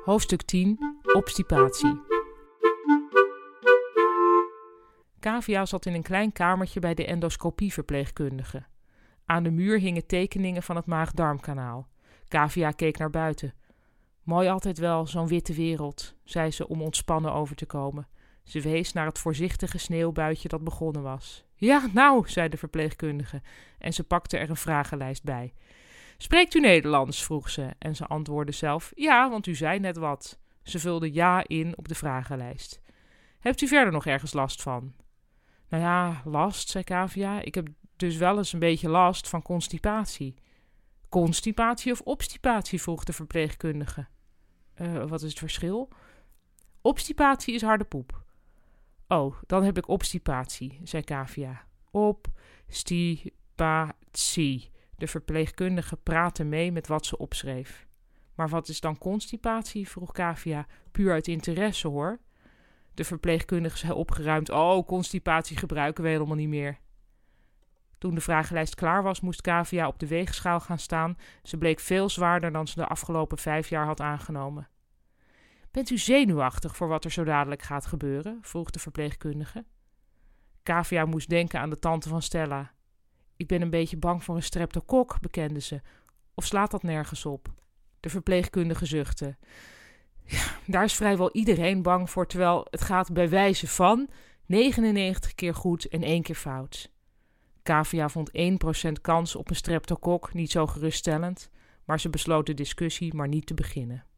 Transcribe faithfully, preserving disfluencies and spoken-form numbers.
Hoofdstuk tien. Obstipatie. Kavia zat in een klein kamertje bij de endoscopieverpleegkundige. Aan de muur hingen tekeningen van het maag-darmkanaal. Kavia keek naar buiten. Mooi altijd wel, zo'n witte wereld, zei ze om ontspannen over te komen. Ze wees naar het voorzichtige sneeuwbuitje dat begonnen was. Ja, nou, zei de verpleegkundige en ze pakte er een vragenlijst bij. Spreekt u Nederlands? Vroeg ze en ze antwoordde zelf, ja, want u zei net wat. Ze vulde ja in op de vragenlijst. Hebt u verder nog ergens last van? Nou ja, last, zei Kavia. Ik heb dus wel eens een beetje last van constipatie. Constipatie of obstipatie? Vroeg de verpleegkundige. Uh, wat is het verschil? Obstipatie is harde poep. Oh, dan heb ik obstipatie, zei Kavia. Obstipatie. De verpleegkundige praatte mee met wat ze opschreef. Maar wat is dan constipatie? Vroeg Kavia. Puur uit interesse, hoor. De verpleegkundige zei opgeruimd. Oh, constipatie gebruiken we helemaal niet meer. Toen de vragenlijst klaar was, moest Kavia op de weegschaal gaan staan. Ze bleek veel zwaarder dan ze de afgelopen vijf jaar had aangenomen. Bent u zenuwachtig voor wat er zo dadelijk gaat gebeuren? Vroeg de verpleegkundige. Kavia moest denken aan de tante van Stella. Ik ben een beetje bang voor een streptokok, bekende ze. Of slaat dat nergens op? De verpleegkundige zuchtte. Ja, daar is vrijwel iedereen bang voor, terwijl het gaat bij wijze van negenennegentig keer goed en één keer fout. Kavia vond één procent kans op een streptokok niet zo geruststellend, maar ze besloot de discussie maar niet te beginnen.